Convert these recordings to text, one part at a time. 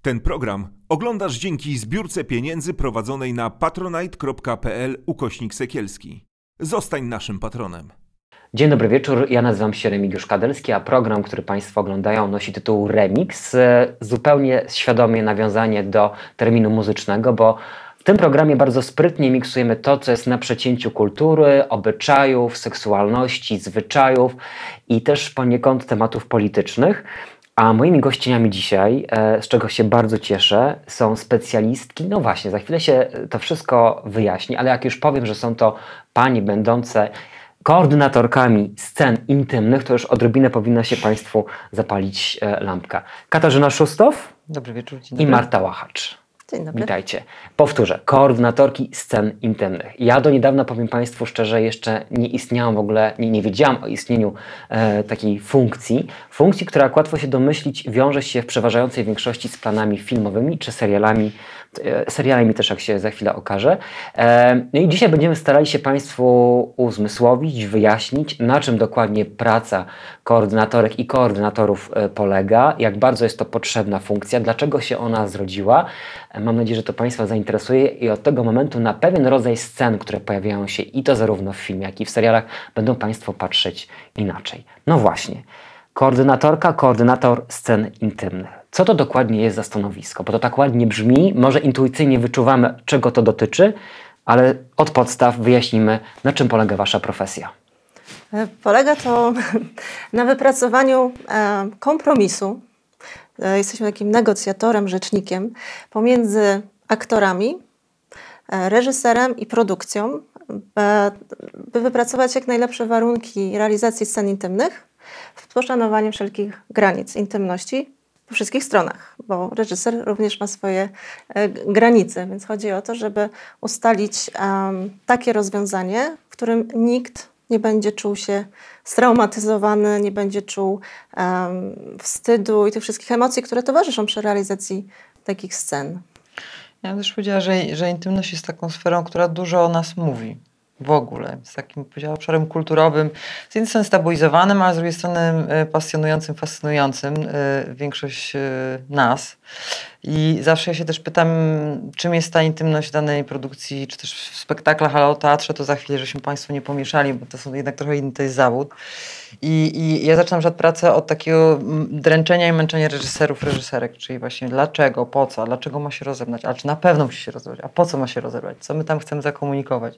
Ten program oglądasz dzięki zbiórce pieniędzy prowadzonej na patronite.pl/Sekielski. Zostań naszym patronem. Dzień dobry wieczór, ja nazywam się Remigiusz Kadelski, a program, który Państwo oglądają, nosi tytuł Remix. Zupełnie świadomie nawiązanie do terminu muzycznego, bo w tym programie bardzo sprytnie miksujemy to, co jest na przecięciu kultury, obyczajów, seksualności, zwyczajów i też poniekąd tematów politycznych. A moimi gościniami dzisiaj, z czego się bardzo cieszę, są specjalistki. No właśnie, za chwilę się to wszystko wyjaśni, ale jak już powiem, że są to panie będące koordynatorkami scen intymnych, to już odrobinę powinna się Państwu zapalić lampka. Katarzyna Szustow. Dobry wieczór. Dzień dobry. I Marta Łachacz. Dzień dobry. Witajcie. Powtórzę, koordynatorki scen intymnych. Ja do niedawna, powiem Państwu szczerze, jeszcze nie istniałam w ogóle, nie wiedziałam o istnieniu takiej funkcji, która, jak łatwo się domyślić, wiąże się w przeważającej większości z planami filmowymi czy serialami też, jak się za chwilę okaże. No i dzisiaj będziemy starali się Państwu uzmysłowić, wyjaśnić, na czym dokładnie praca koordynatorek i koordynatorów polega, jak bardzo jest to potrzebna funkcja, dlaczego się ona zrodziła. Mam nadzieję, że to Państwa zainteresuje i od tego momentu na pewien rodzaj scen, które pojawiają się i to zarówno w filmie, jak i w serialach, będą Państwo patrzeć inaczej. No właśnie, koordynator scen intymnych. Co to dokładnie jest za stanowisko? Bo to tak ładnie brzmi, może intuicyjnie wyczuwamy, czego to dotyczy, ale od podstaw wyjaśnimy, na czym polega Wasza profesja. Polega to na wypracowaniu kompromisu. Jesteśmy takim negocjatorem, rzecznikiem pomiędzy aktorami, reżyserem i produkcją, by wypracować jak najlepsze warunki realizacji scen intymnych z poszanowaniem wszelkich granic intymności po wszystkich stronach, bo reżyser również ma swoje granice, więc chodzi o to, żeby ustalić takie rozwiązanie, w którym nikt nie będzie czuł się straumatyzowany, nie będzie czuł wstydu i tych wszystkich emocji, które towarzyszą przy realizacji takich scen. Ja bym też powiedziała, że intymność jest taką sferą, która dużo o nas mówi. W ogóle. Z takim, powiedziałam, obszarem kulturowym, z jednej strony stabilizowanym, a z drugiej strony pasjonującym, fascynującym większość nas. I zawsze ja się też pytam, czym jest ta intymność w danej produkcji, czy też w spektaklach, ale o teatrze to za chwilę, żeśmy Państwo nie pomieszali, bo to są jednak trochę inny, to jest zawód. I ja zaczynam pracę od takiego dręczenia i męczenia reżyserów, reżyserek, czyli właśnie dlaczego, po co, dlaczego ma się rozebrać, a czy na pewno musi się rozebrać, a po co ma się rozebrać, co my tam chcemy zakomunikować.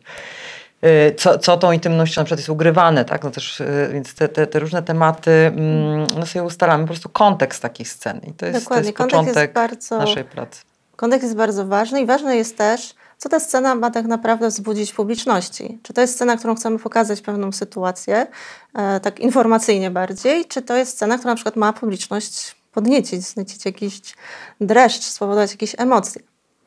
Co tą intymnością na przykład jest ugrywane, tak? No też, więc te różne tematy no sobie ustalamy, po prostu kontekst takiej sceny. I to jest początek naszej pracy. Kontekst jest bardzo ważny i ważne jest też, co ta scena ma tak naprawdę wzbudzić w publiczności. Czy to jest scena, którą chcemy pokazać pewną sytuację, tak informacyjnie bardziej, czy to jest scena, która na przykład ma publiczność podniecić, znycić jakiś dreszcz, spowodować jakieś emocje.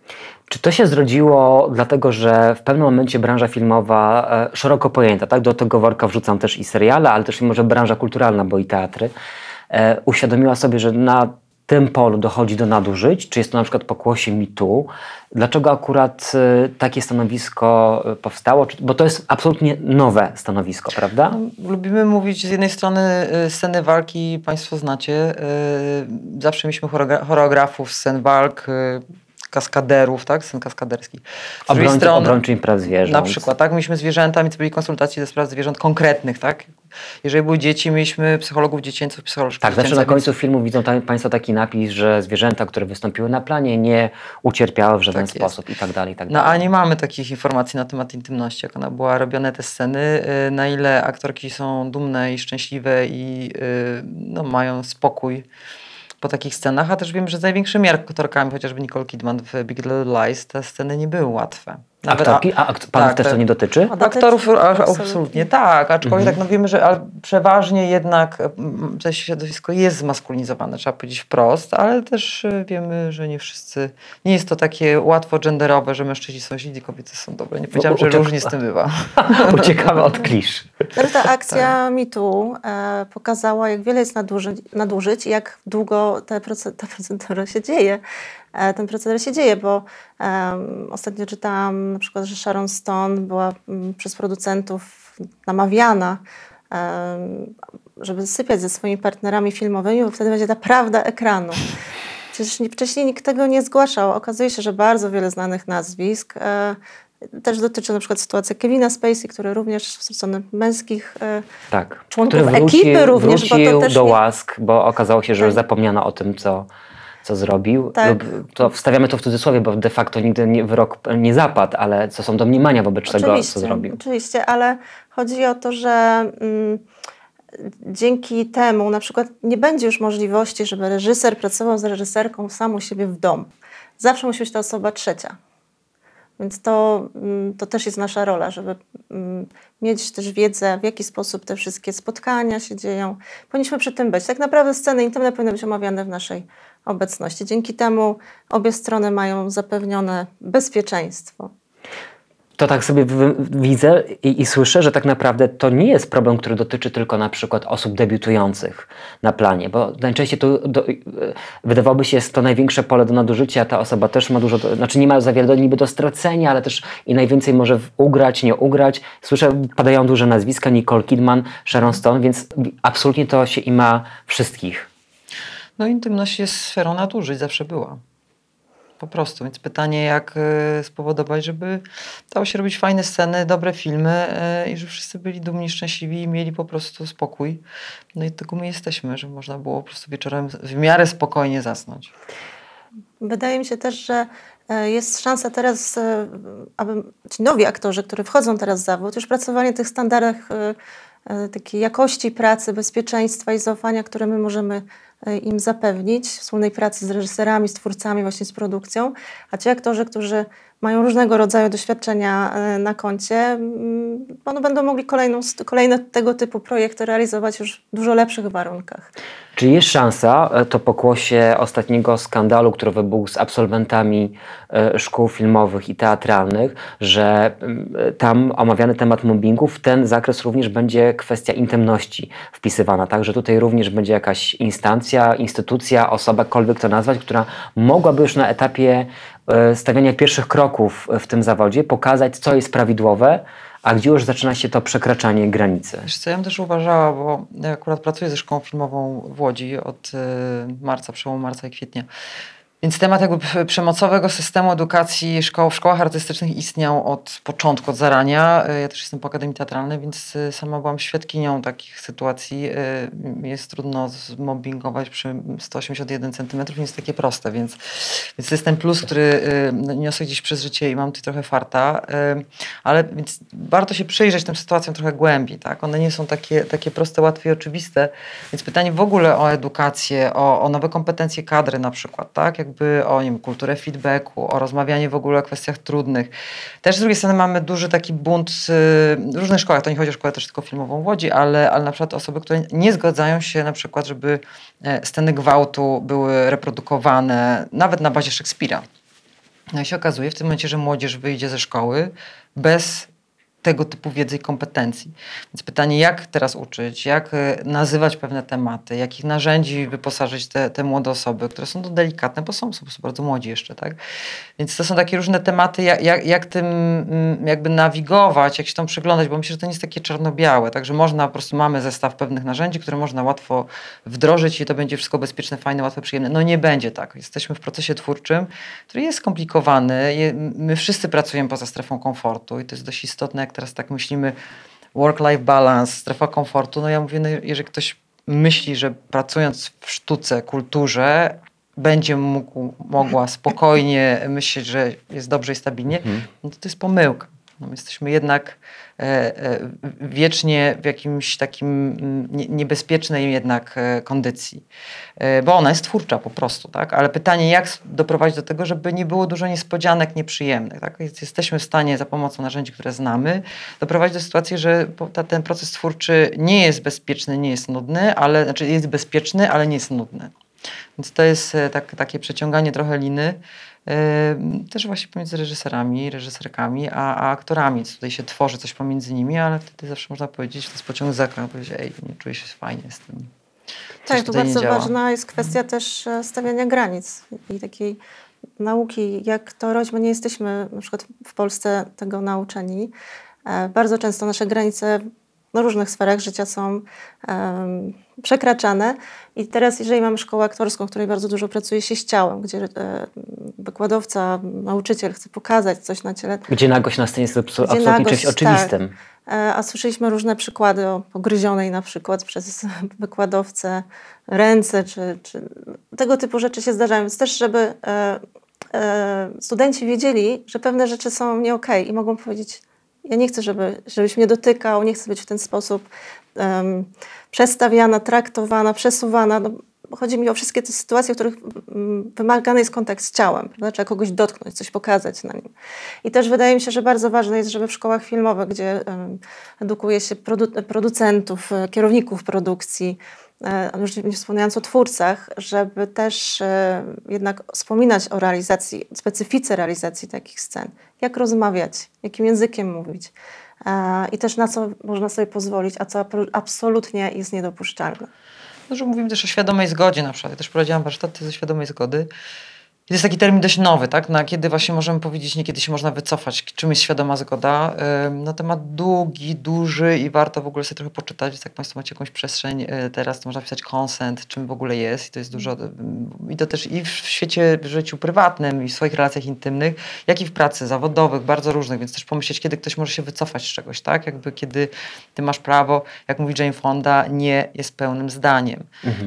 Czy to się zrodziło dlatego, że w pewnym momencie branża filmowa, szeroko pojęta, tak? Do tego worka wrzucam też i seriale, ale też i może branża kulturalna, bo i teatry, uświadomiła sobie, że na tym polu dochodzi do nadużyć? Czy jest to na przykład pokłosie MeToo? Dlaczego akurat takie stanowisko powstało? Bo to jest absolutnie nowe stanowisko, prawda? No, lubimy mówić z jednej strony sceny walki, Państwo znacie. Zawsze mieliśmy choreografów scen walk, kaskaderów, tak? Scen kaskaderskich. Obrończyń praw zwierząt. Na przykład, tak? Mieliśmy zwierzętami, to byli konsultacje do spraw zwierząt konkretnych, tak? Jeżeli były dzieci, mieliśmy psychologów dziecięcych, psycholożków tak, zawsze na końcu filmu widzą Państwo taki napis, że zwierzęta, które wystąpiły na planie, nie ucierpiały w żaden sposób i tak dalej, i tak dalej. No a nie mamy takich informacji na temat intymności, jak ona była robione te sceny, na ile aktorki są dumne i szczęśliwe i no, mają spokój po takich scenach, a też wiem, że z największymi aktorkami, chociażby Nicole Kidman w Big Little Lies, te sceny nie były łatwe. Aktorki? Panów też to nie dotyczy? Aktorów absolutnie tak, aczkolwiek tak, no wiemy, że przeważnie jednak to środowisko jest zmaskulinizowane, trzeba powiedzieć wprost, ale też wiemy, że nie wszyscy, nie jest to takie łatwo genderowe, że mężczyźni są źli, kobiety są dobre. Nie powiedziałam, że różnie z tym bywa. Uciekamy od klisz. Ta akcja MeToo pokazała, jak wiele jest nadużyć i jak długo ta procedura się dzieje. Ten proceder się dzieje, bo ostatnio czytałam na przykład, że Sharon Stone była przez producentów namawiana, żeby sypiać ze swoimi partnerami filmowymi, bo wtedy będzie ta prawda ekranu. Przecież wcześniej nikt tego nie zgłaszał. Okazuje się, że bardzo wiele znanych nazwisk. Też dotyczy na przykład sytuacji Kevina Spacey, który również w stronę męskich Tak. członków Który ekipy również, bo to wrócił też do nie... łask, bo okazało się, że już Tak. zapomniano o tym, co zrobił. Tak. Lub to wstawiamy to w cudzysłowie, bo de facto nigdy wyrok nie zapadł, ale co są domniemania wobec tego, co zrobił. Oczywiście, ale chodzi o to, że dzięki temu na przykład nie będzie już możliwości, żeby reżyser pracował z reżyserką sam u siebie w domu. Zawsze musi być ta osoba trzecia. Więc to też jest nasza rola, żeby mieć też wiedzę, w jaki sposób te wszystkie spotkania się dzieją. Powinniśmy przy tym być. Tak naprawdę sceny intymne powinny być omawiane w naszej obecności. Dzięki temu obie strony mają zapewnione bezpieczeństwo. To tak sobie widzę i słyszę, że tak naprawdę to nie jest problem, który dotyczy tylko na przykład osób debiutujących na planie, bo najczęściej wydawałoby się, jest to największe pole do nadużycia, ta osoba też ma dużo, znaczy nie ma za wiele niby do stracenia, ale też i najwięcej może ugrać, nie ugrać. Słyszę, padają duże nazwiska, Nicole Kidman, Sharon Stone, więc absolutnie to się ima wszystkich. No intymność jest sferą nadużyć, zawsze była. Po prostu. Więc pytanie, jak spowodować, żeby dało się robić fajne sceny, dobre filmy i żeby wszyscy byli dumni, szczęśliwi i mieli po prostu spokój. No i tego my jesteśmy, żeby można było po prostu wieczorem w miarę spokojnie zasnąć. Wydaje mi się też, że jest szansa teraz, aby ci nowi aktorzy, którzy wchodzą teraz w zawód, już pracowali w tych standardach takiej jakości pracy, bezpieczeństwa i zaufania, które my możemy im zapewnić, wspólnej pracy z reżyserami, z twórcami, właśnie z produkcją, a ci aktorzy, którzy mają różnego rodzaju doświadczenia na koncie, będą mogli kolejne tego typu projekty realizować już w dużo lepszych warunkach. Czy jest szansa, to pokłosie ostatniego skandalu, który wybuchł z absolwentami szkół filmowych i teatralnych, że tam omawiany temat mobbingu, w ten zakres również będzie kwestia intymności wpisywana, tak? Że tutaj również będzie jakaś instancja, instytucja, osoba, jakkolwiek to nazwać, która mogłaby już na etapie stawiania pierwszych kroków w tym zawodzie pokazać, co jest prawidłowe, a gdzie już zaczyna się to przekraczanie granicy. Wiesz co, ja bym też uważała, bo ja akurat pracuję ze szkołą filmową w Łodzi od marca, przełomu marca i kwietnia. Więc temat jakby przemocowego systemu edukacji w szkołach artystycznych istniał od początku, od zarania. Ja też jestem po Akademii Teatralnej, więc sama byłam świadkinią takich sytuacji. Jest trudno zmobbingować przy 181 cm, nie jest takie proste, więc to jest ten plus, który niosę gdzieś przez życie i mam tutaj trochę farta. Ale więc warto się przyjrzeć tym sytuacjom trochę głębiej. Tak? One nie są takie proste, łatwe i oczywiste. Więc pytanie w ogóle o edukację, o nowe kompetencje kadry na przykład, tak? Jakby o nie wiem, kulturę feedbacku, o rozmawianie w ogóle o kwestiach trudnych. Też z drugiej strony mamy duży taki bunt w różnych szkołach, to nie chodzi o szkołę też tylko filmową w Łodzi, ale na przykład osoby, które nie zgadzają się na przykład, żeby sceny gwałtu były reprodukowane nawet na bazie Szekspira. No i się okazuje w tym momencie, że młodzież wyjdzie ze szkoły bez tego typu wiedzy i kompetencji. Więc pytanie, jak teraz uczyć, jak nazywać pewne tematy, jakich narzędzi wyposażyć te młode osoby, które są delikatne, bo są bardzo młodzi jeszcze, tak? Więc to są takie różne tematy, jak tym jakby nawigować, jak się tam przyglądać, bo myślę, że to nie jest takie czarno-białe, także można, po prostu mamy zestaw pewnych narzędzi, które można łatwo wdrożyć i to będzie wszystko bezpieczne, fajne, łatwe, przyjemne. No nie będzie tak. Jesteśmy w procesie twórczym, który jest skomplikowany. My wszyscy pracujemy poza strefą komfortu i to jest dość istotne, jak teraz tak myślimy, work-life balance, strefa komfortu, no ja mówię, no jeżeli ktoś myśli, że pracując w sztuce, kulturze, będzie mogła spokojnie myśleć, że jest dobrze i stabilnie, no to jest pomyłka. No my jesteśmy jednak wiecznie w jakimś takim niebezpiecznej jednak kondycji, bo ona jest twórcza po prostu, tak? Ale pytanie, jak doprowadzić do tego, żeby nie było dużo niespodzianek nieprzyjemnych, tak? Jesteśmy w stanie za pomocą narzędzi, które znamy, doprowadzić do sytuacji, że ten proces twórczy nie jest bezpieczny, nie jest nudny, znaczy jest bezpieczny, ale nie jest nudny. Więc to jest takie przeciąganie trochę liny, też właśnie pomiędzy reżyserami, reżyserkami, a aktorami. Tutaj się tworzy coś pomiędzy nimi, ale wtedy zawsze można powiedzieć, to jest pociąg za ekran, powiedzieć, nie czuję się fajnie z tym. Tak, tu bardzo ważna jest kwestia też stawiania granic i takiej nauki, jak to robić, bo nie jesteśmy na przykład w Polsce tego nauczeni. Bardzo często nasze granice różnych sferach życia są przekraczane. I teraz, jeżeli mamy szkołę aktorską, w której bardzo dużo pracuje się z ciałem, gdzie wykładowca, nauczyciel chce pokazać coś na ciele. Gdzie nagość na scenie jest absolutnie nagość, czymś oczywistym. A słyszeliśmy różne przykłady o pogryzionej na przykład przez wykładowcę ręce, czy tego typu rzeczy się zdarzają. Więc też, żeby studenci wiedzieli, że pewne rzeczy są nie okej i mogą powiedzieć: ja nie chcę, żebyś mnie dotykał, nie chcę być w ten sposób przestawiana, traktowana, przesuwana. No, chodzi mi o wszystkie te sytuacje, w których wymagany jest kontakt z ciałem, prawda? Trzeba kogoś dotknąć, coś pokazać na nim. I też wydaje mi się, że bardzo ważne jest, żeby w szkołach filmowych, gdzie edukuje się producentów, kierowników produkcji, już nie wspominając o twórcach, żeby też jednak wspominać o realizacji, specyfice realizacji takich scen. Jak rozmawiać, jakim językiem mówić i też na co można sobie pozwolić, a co absolutnie jest niedopuszczalne. Dużo mówimy też o świadomej zgodzie na przykład. Ja też prowadziłam warsztaty ze świadomej zgody. To jest taki termin dość nowy, tak? Na kiedy właśnie możemy powiedzieć, nie kiedy się można wycofać, czym jest świadoma zgoda. No temat długi, duży i warto w ogóle sobie trochę poczytać, więc jak Państwo macie jakąś przestrzeń teraz, to można pisać consent, czym w ogóle jest i to jest dużo. I to też i w świecie, w życiu prywatnym i w swoich relacjach intymnych, jak i w pracy zawodowych, bardzo różnych, więc też pomyśleć, kiedy ktoś może się wycofać z czegoś, tak? Jakby kiedy ty masz prawo, jak mówi Jane Fonda, nie jest pełnym zdaniem.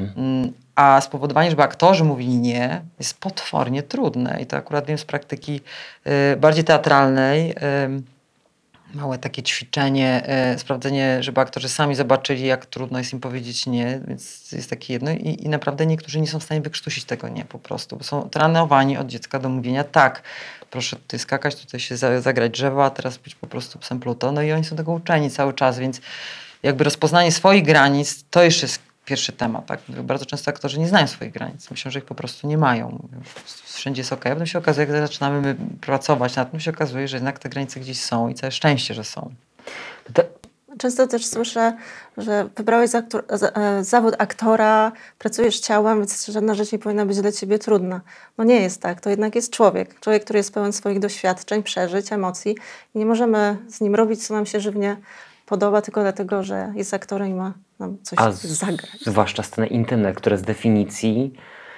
A spowodowanie, żeby aktorzy mówili nie, jest potwornie trudne. I to akurat wiem z praktyki bardziej teatralnej. Małe takie ćwiczenie, sprawdzenie, żeby aktorzy sami zobaczyli, jak trudno jest im powiedzieć nie. Więc jest takie jedno. I naprawdę niektórzy nie są w stanie wykrztusić tego nie po prostu. Bo są trenowani od dziecka do mówienia tak, proszę tutaj skakać, tutaj się zagrać drzewo, a teraz być po prostu psem Pluto. No i oni są tego uczeni cały czas, więc jakby rozpoznanie swoich granic to już jest pierwszy temat, tak? Bardzo często aktorzy nie znają swoich granic. Myślą, że ich po prostu nie mają. Mówią, po prostu wszędzie jest okej. A potem się okazuje, jak zaczynamy my pracować nad tym, się okazuje, że jednak te granice gdzieś są i całe szczęście, że są. Często też słyszę, że wybrałeś zawód aktora, pracujesz ciałem, więc żadna rzecz nie powinna być dla ciebie trudna. No nie jest tak. To jednak jest człowiek. Człowiek, który jest pełen swoich doświadczeń, przeżyć, emocji. I nie możemy z nim robić, co nam się żywnie podoba, tylko dlatego, że jest aktorem i ma nam coś zagrać. Zwłaszcza sceny intymne, które z definicji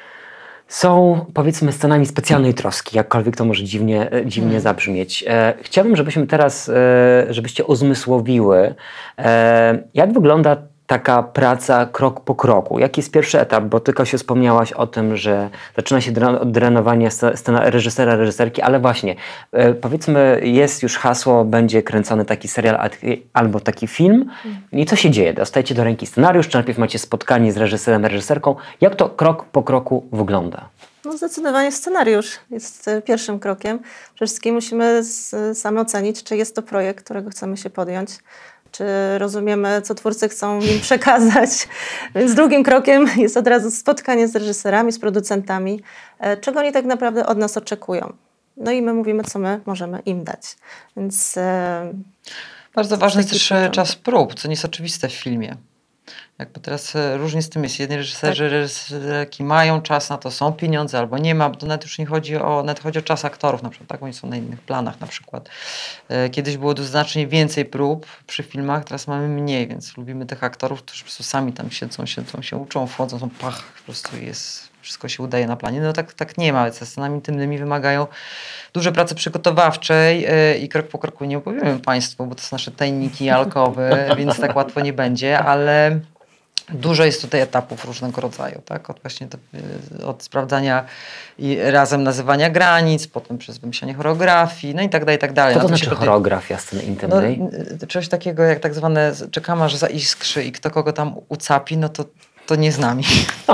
są, powiedzmy, scenami specjalnej troski, jakkolwiek to może dziwnie zabrzmieć. Chciałbym, żebyśmy teraz, żebyście uzmysłowiły, jak wygląda taka praca krok po kroku. Jaki jest pierwszy etap? Bo tylko się wspomniałaś o tym, że zaczyna się od drenowania scena reżysera, reżyserki, ale właśnie, powiedzmy, jest już hasło, będzie kręcony taki serial albo taki film. I co się dzieje? Dostajecie do ręki scenariusz, czy najpierw macie spotkanie z reżyserem, reżyserką? Jak to krok po kroku wygląda? No zdecydowanie scenariusz jest pierwszym krokiem. Przede wszystkim musimy sami ocenić, czy jest to projekt, którego chcemy się podjąć, czy rozumiemy, co twórcy chcą im przekazać. Więc drugim krokiem jest od razu spotkanie z reżyserami, z producentami, czego oni tak naprawdę od nas oczekują. No i my mówimy, co my możemy im dać. Więc bardzo ważny jest też czas prób, co nie jest oczywiste w filmie. Jakby teraz różnie z tym jest. Jedni reżyserzy, reżyserki mają czas na to, są pieniądze albo nie ma, bo to nawet już nie chodzi nawet chodzi o czas aktorów na przykład, tak? Oni są na innych planach na przykład. Kiedyś było znacznie więcej prób przy filmach, teraz mamy mniej, więc lubimy tych aktorów, którzy po prostu sami tam siedzą, się uczą, wchodzą, są po prostu wszystko się udaje na planie. No tak nie ma. Ze scenami intymnymi wymagają duże pracy przygotowawczej i krok po kroku nie opowiemy Państwu, bo to są nasze tajniki alkowe, więc tak łatwo nie będzie, ale dużo jest tutaj etapów różnego rodzaju, tak? Od sprawdzania i razem nazywania granic, potem przez wymyślanie choreografii, no i tak dalej, i tak dalej. Co to znaczy choreografia sceny intymnej? No, coś takiego jak tak zwane czekamy, aż zaiskrzy i kto kogo tam ucapi, no to nie z nami.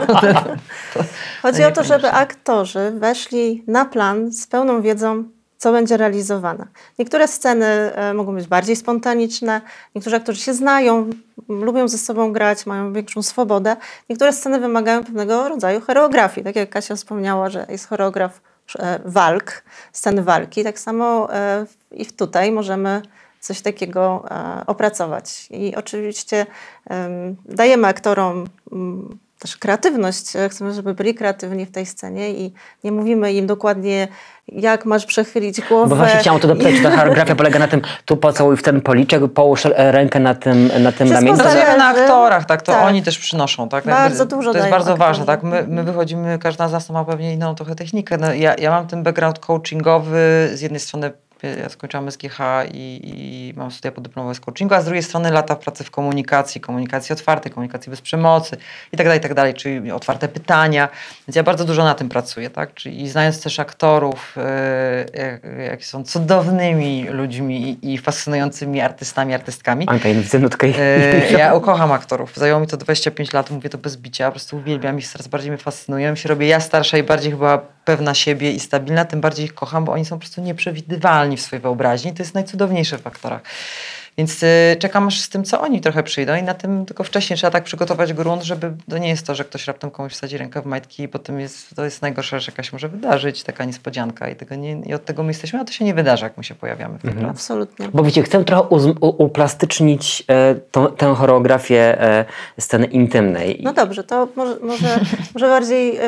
Chodzi o to, żeby aktorzy weszli na plan z pełną wiedzą, co będzie realizowane. Niektóre sceny mogą być bardziej spontaniczne, niektórzy aktorzy się znają, lubią ze sobą grać, mają większą swobodę. Niektóre sceny wymagają pewnego rodzaju choreografii. Tak jak Kasia wspomniała, że jest choreograf walk, sceny walki, tak samo i tutaj możemy coś takiego opracować. I oczywiście dajemy aktorom też kreatywność. Chcemy, żeby byli kreatywni w tej scenie i nie mówimy im dokładnie, jak masz przechylić głowę. Bo właśnie chciałam to dopytać, czy ta choreografia polega na tym, tu pocałuj w ten policzek, połóż rękę na tym ramieniu. zależy. Pracujemy na aktorach, tak, to Tak. oni też przynoszą, tak? Bardzo dużo To jest dają bardzo aktorzy. ważne, tak? My wychodzimy, każda z nas ma pewnie inną trochę technikę. No, ja mam ten background coachingowy, z jednej strony ja skończyłam SGH i mam studia podyplomowe z coachingu, a z drugiej strony lata pracy w komunikacji otwartej, komunikacji bez przemocy i tak dalej, czyli otwarte pytania, więc ja bardzo dużo na tym pracuję, tak? Czyli znając też aktorów, jak są cudownymi ludźmi i fascynującymi artystami, artystkami. Oj, widzę nutkę. Ja ukocham aktorów. Zajęło mi to 25 lat, mówię to bez bicia, po prostu uwielbiam ich, coraz bardziej mnie fascynują. Się robię ja starsza i bardziej chyba pewna siebie i stabilna, tym bardziej ich kocham, bo oni są po prostu nieprzewidywalni w swojej wyobraźni. To jest najcudowniejsze w aktorach. Więc czekam aż z tym, co oni trochę przyjdą i na tym tylko wcześniej trzeba tak przygotować grunt, żeby to nie jest to, że ktoś raptem komuś wsadzi rękę w majtki i potem to jest najgorsza rzecz, jaka się może wydarzyć, taka niespodzianka i od tego my jesteśmy, a to się nie wydarzy, jak my się pojawiamy w tej pracy. Absolutnie. Bo wiecie, chcę trochę uplastycznić tę choreografię sceny intymnej. No dobrze, to może bardziej...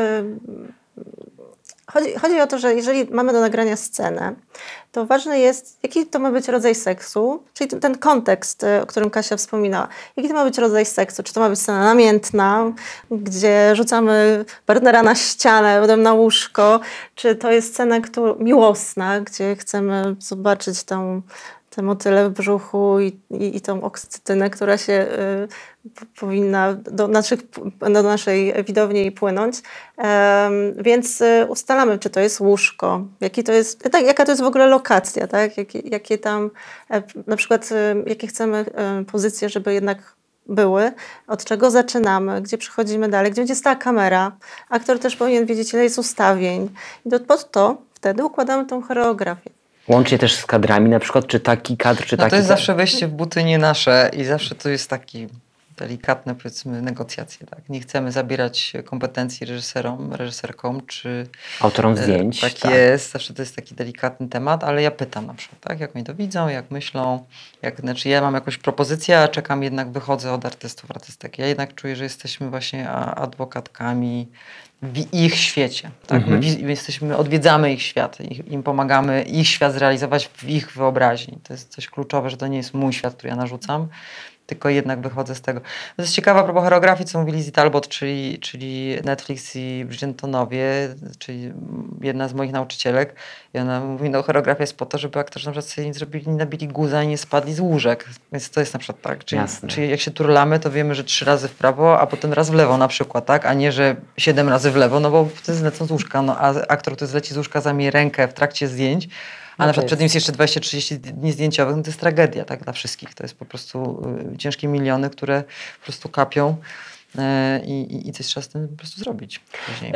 Chodzi o to, że jeżeli mamy do nagrania scenę, to ważne jest, jaki to ma być rodzaj seksu, czyli ten kontekst, o którym Kasia wspominała. Jaki to ma być rodzaj seksu? Czy to ma być scena namiętna, gdzie rzucamy partnera na ścianę, potem na łóżko, czy to jest scena miłosna, gdzie chcemy zobaczyć te motyle w brzuchu i tą oksytocynę, która się powinna do naszej widowni płynąć. Więc ustalamy, czy to jest łóżko, jaka to jest w ogóle lokacja, tak? Jakie tam, na przykład, jakie chcemy pozycje, żeby jednak były, od czego zaczynamy, gdzie przechodzimy dalej, gdzie będzie stała kamera. Aktor też powinien wiedzieć, ile jest ustawień. I pod to wtedy układamy tą choreografię. Łącznie też z kadrami na przykład, czy taki kadr, czy taki To jest kadr. zawsze wejście w buty nie nasze i zawsze to jest taki delikatne, powiedzmy, negocjacje. Tak? Nie chcemy zabierać kompetencji reżyserkom czy Autorom zdjęć. Tak jest, zawsze to jest taki delikatny temat, ale ja pytam na przykład, tak? Jak oni to widzą, jak myślą, znaczy ja mam jakąś propozycję, a czekam jednak, wychodzę od artystek. Ja jednak czuję, że jesteśmy właśnie adwokatkami w ich świecie. Tak? My odwiedzamy ich świat, im pomagamy ich świat zrealizować w ich wyobraźni. To jest coś kluczowe, że to nie jest mój świat, który ja narzucam, tylko jednak wychodzę z tego. To jest ciekawe a propos choreografii, co mówi Lizzie Talbot, czyli Netflix i Bridgertonowie, czyli jedna z moich nauczycielek. I ona mówi, no choreografia jest po to, żeby aktorzy na przykład sobie nie zrobili, nie nabili guza i nie spadli z łóżek. Więc to jest na przykład tak. Czyli jak się turlamy, to wiemy, że 3 razy w prawo, a potem raz w lewo na przykład, tak? A nie, że 7 razy w lewo, no bo wtedy zlecą z łóżka. No, a aktor, który zleci z łóżka, zamie rękę w trakcie zdjęć, a na przykład przed nim jest jeszcze 20-30 dni zdjęciowych, no to jest tragedia, tak, dla wszystkich. To jest po prostu ciężkie miliony, które po prostu kapią i coś trzeba z tym po prostu zrobić później.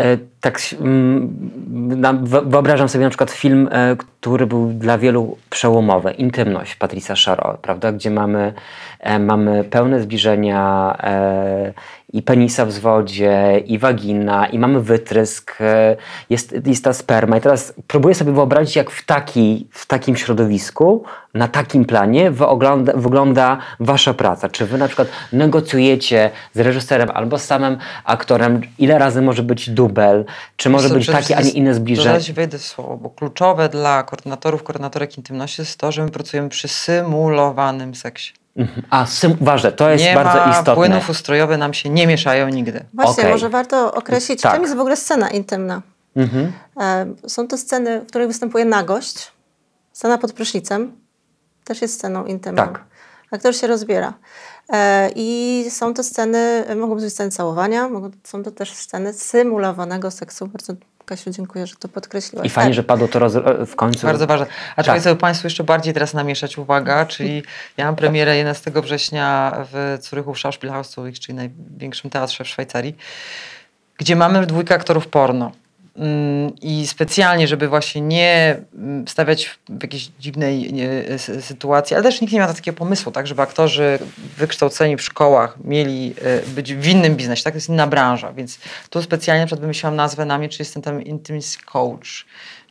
Wyobrażam sobie na przykład film, który był dla wielu przełomowy. Intymność Patricia Charot, prawda? Gdzie mamy pełne zbliżenia i penisa w zwodzie, i wagina, i mamy wytrysk, jest ta sperma. I teraz próbuję sobie wyobrazić, jak w takim środowisku, na takim planie wygląda wasza praca. Czy wy na przykład negocjujecie z reżyserem albo z samym aktorem, ile razy może być dubel, czy może być takie, a nie inne zbliżenie? Zaraz wejdę w słowo, bo kluczowe dla koordynatorek intymności jest to, że my pracujemy przy symulowanym seksie. Ważne, to jest bardzo istotne. Płynów ustrojowe nam się nie mieszają nigdy. Właśnie, może warto określić, Tak. czym jest w ogóle scena intymna. Są to sceny, w których występuje nagość. Scena pod prysznicem też jest sceną intymną. Tak. Aktor się rozbiera. I są to sceny, mogą być sceny całowania, są to też sceny symulowanego seksu. Bardzo, Kasiu, dziękuję, że to podkreśliłaś. I fajnie, że padło to w końcu. Bardzo ważne. A trzeba sobie Państwu jeszcze bardziej teraz namieszać, uwaga, czyli ja mam premierę 11 września w Zurychu w Schauspielhaus Zurich, czyli największym teatrze w Szwajcarii, gdzie mamy 2 aktorów porno. I specjalnie, żeby właśnie nie stawiać w jakiejś dziwnej sytuacji, ale też nikt nie ma takiego pomysłu, tak, żeby aktorzy wykształceni w szkołach mieli być w innym biznesie, tak, to jest inna branża, więc tu specjalnie wymyśliłam nazwę na mnie, czyli jestem tam intimacy coach,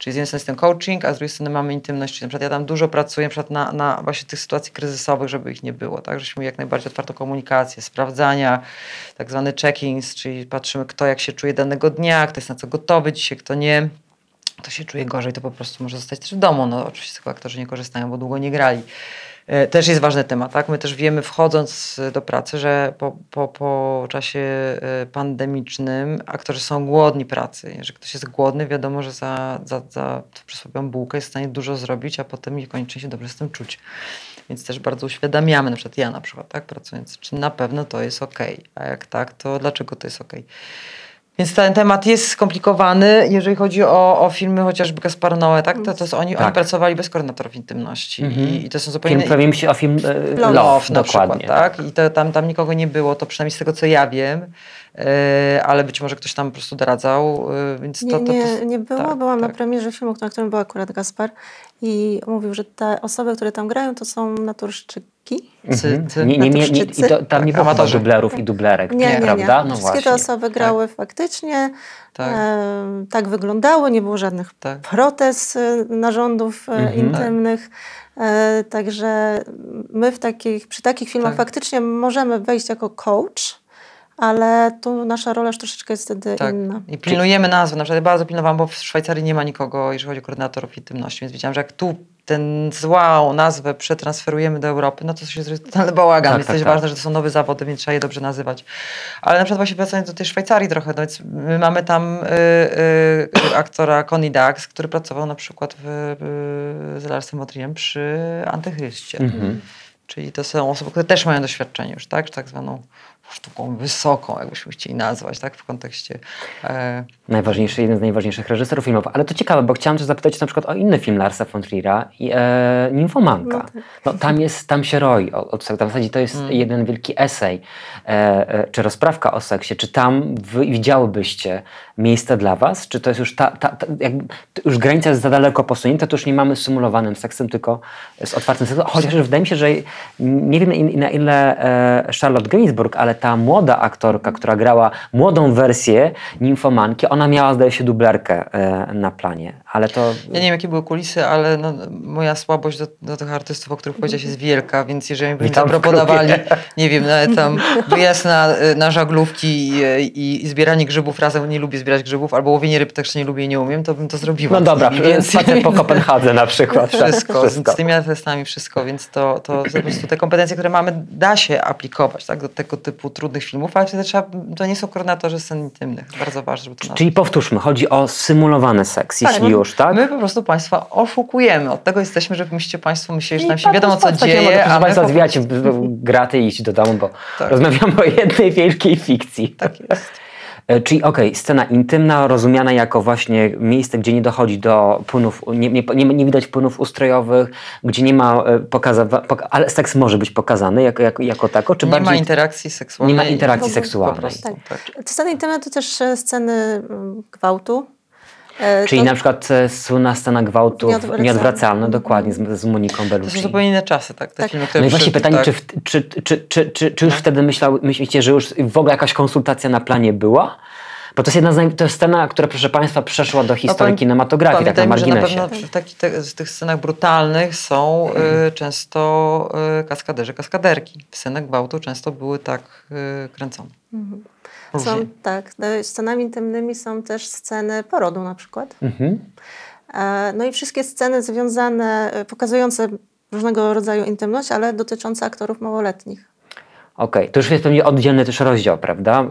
Czyli z jednej strony jest ten coaching, a z drugiej strony mamy intymność. Czyli na przykład ja tam dużo pracuję na przykład na właśnie tych sytuacji kryzysowych, żeby ich nie było, tak? Żeśmy jak najbardziej otwartą komunikację, sprawdzania, tak zwany check-ins, czyli patrzymy kto jak się czuje danego dnia, kto jest na co gotowy dzisiaj, kto nie. Kto się czuje gorzej, to po prostu może zostać też w domu. No oczywiście tylko aktorzy nie korzystają, bo długo nie grali. Też jest ważny temat, tak? My też wiemy, wchodząc do pracy, że po czasie pandemicznym aktorzy są głodni pracy. Jeżeli ktoś jest głodny, wiadomo, że za przysłowiową bułkę jest w stanie dużo zrobić, a potem niekoniecznie się dobrze z tym czuć. Więc też bardzo uświadamiamy, na przykład ja tak, pracując, czy na pewno to jest okej, a jak tak, to dlaczego to jest okej. Więc ten temat jest skomplikowany. Jeżeli chodzi o filmy chociażby Gaspar Noé, tak? To jest oni pracowali bez koordynatorów intymności. I to są zupełnie Film się o film Love na dokładnie. przykład, tak? I tam nikogo nie było, to przynajmniej z tego co ja wiem. Ale być może ktoś tam po prostu doradzał. Więc nie było. tak, Byłam tak. na premierze filmu, na którym był akurat Gaspar i mówił, że te osoby, które tam grają, to są naturszczyki. Tam nie było amatorzy. dublerów i dublerek, prawda? Nie. No Wszystkie te osoby grały faktycznie, tak wyglądały, nie było żadnych protez narządów intymnych. Także my przy takich filmach faktycznie możemy wejść jako coach, ale tu nasza rola już troszeczkę jest wtedy inna. I pilnujemy nazwy. Na przykład ja bardzo pilnowałam, bo w Szwajcarii nie ma nikogo, jeżeli chodzi o koordynatorów intymności, więc wiedziałam, że jak tu tę złą nazwę przetransferujemy do Europy, no to się zrobi totalny bałagan. Więc to jest ważne, że to są nowe zawody, więc trzeba je dobrze nazywać. Ale na przykład właśnie wracając do tej Szwajcarii trochę, no więc my mamy tam aktora Connie Dax, który pracował na przykład z Larsem von Trierem przy Antychryście. Czyli to są osoby, które też mają doświadczenie już, tak? Tak zwaną sztuką wysoką, jakbyśmy chcieli nazwać, tak? W kontekście... Jeden z najważniejszych reżyserów filmowych. Ale to ciekawe, bo chciałam też zapytać na przykład o inny film Larsa von Triera, Nimfomanka. Tam się roi od seksu. W zasadzie to jest jeden wielki esej, czy rozprawka o seksie. Czy tam wy widziałybyście miejsce dla was? Czy to jest już już granica jest za daleko posunięta, to już nie mamy z symulowanym seksem, tylko z otwartym seksem. Chociaż wydaje mi się, że nie wiem na ile Charlotte Gainsbourg, ale ta młoda aktorka, która grała młodą wersję Nimfomanki, ona miała, zdaje się, dublerkę na planie, ale to... Ja nie wiem, jakie były kulisy, ale moja słabość do tych artystów, o których powiedziałeś, jest wielka, więc jeżeli by mi zaproponowali, nie wiem, nawet tam wyjazd na żaglówki i zbieranie grzybów razem, nie lubię zbierać grzybów, albo łowienie ryb też nie lubię i nie umiem, to bym to zrobiła. No dobra, więc spacer po Kopenhadze na przykład. Wszystko. Z tymi testami wszystko, więc to po prostu te kompetencje, które mamy, da się aplikować, tak, do tego typu trudnych filmów, ale wtedy to nie są koordynatorzy scen intymnych. Bardzo ważne, żeby to Czyli powtórzmy, chodzi o symulowany seks, jeśli już, tak? My po prostu Państwa oszukujemy. Od tego jesteśmy, żebyście Państwo myśleli, że nam się wiadomo co dzieje. A Państwo zwijacie graty i iść do domu, bo rozmawiamy o jednej wielkiej fikcji. Tak jest. Czyli scena intymna, rozumiana jako właśnie miejsce, gdzie nie dochodzi do płynów, nie widać płynów ustrojowych, gdzie nie ma ale seks może być pokazany jako tako, czy nie bardziej... ma interakcji seksualnej. Nie ma interakcji seksualnej. Po prostu, tak. Sceny intymne to też sceny gwałtu. Czyli na przykład słynna scena gwałtu Nieodwracalna, dokładnie, z Moniką Bellucci. To są zupełnie inne czasy, tak? Te filmy, które no i właśnie pytanie, czy już wtedy myślicie, że już w ogóle jakaś konsultacja na planie była? Bo to jest to jest scena, która, proszę Państwa, przeszła do historii kinematografii, tak na marginesie. Że na pewno w tych scenach brutalnych są często kaskaderki. Sceny gwałtu często były tak kręcone. Scenami intymnymi są też sceny porodu na przykład. No i wszystkie sceny związane, pokazujące różnego rodzaju intymność, ale dotyczące aktorów małoletnich. Okej, to już jest pewnie oddzielny też rozdział, prawda?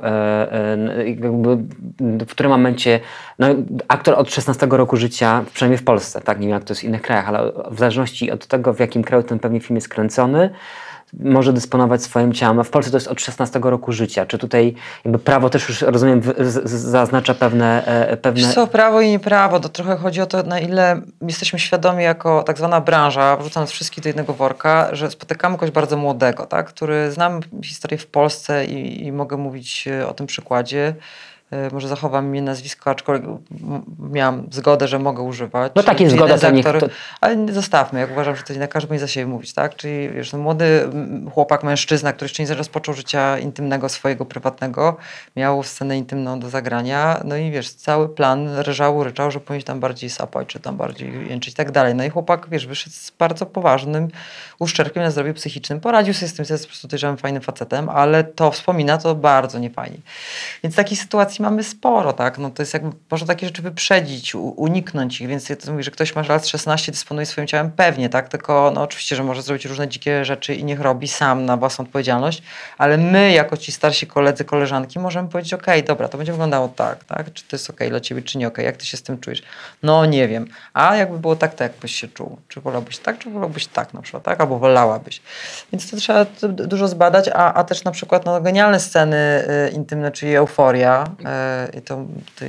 W którym momencie aktor od 16 roku życia, przynajmniej w Polsce, tak, nie wiem jak to jest w innych krajach, ale w zależności od tego, w jakim kraju ten pewnie film jest kręcony, może dysponować swoim ciałem. A w Polsce to jest od 16 roku życia. Czy tutaj prawo też już, rozumiem, zaznacza pewne... Co, prawo i nieprawo. To trochę chodzi o to, na ile jesteśmy świadomi jako tak zwana branża, wrzucając wszystkich do jednego worka, że spotykamy kogoś bardzo młodego, tak, który znam historię w Polsce i mogę mówić o tym przykładzie. może zachowam imię, nazwisko, aczkolwiek miałam zgodę, że mogę używać. No tak, jest zgoda, to niech to... Ale nie zostawmy, jak uważam, że to nie każdy powinien za siebie mówić, tak? Czyli wiesz, no, młody chłopak, mężczyzna, który jeszcze nie rozpoczął życia intymnego swojego, prywatnego, miał scenę intymną do zagrania, no i wiesz, cały plan ryczał, że powinien tam bardziej sapać, czy tam bardziej jęczyć i tak dalej. No i chłopak, wiesz, wyszedł z bardzo poważnym uszczerbkiem na zdrowiu psychicznym, poradził sobie z tym, jest po prostu dojrzałym, fajnym facetem, ale to wspomina to bardzo niefajnie. Więc takich sytuacji mamy sporo, tak? No to jest jakby, można takie rzeczy wyprzedzić, uniknąć ich, więc to mówi, że ktoś ma lat 16, dysponuje swoim ciałem, pewnie, tak? Tylko no oczywiście, że może zrobić różne dzikie rzeczy i niech robi sam na własną odpowiedzialność, ale my jako ci starsi koledzy, koleżanki możemy powiedzieć, okej, dobra, to będzie wyglądało tak, tak? Czy to jest okej dla ciebie, czy nie okej? Jak ty się z tym czujesz? No nie wiem. A jakby było tak, to jak byś się czuł? Czy wolałbyś tak, czy wolałbyś tak na przykład, tak? Albo wolałabyś. Więc to trzeba dużo zbadać, a też na przykład no, genialne sceny intymne, czyli Euforia. I to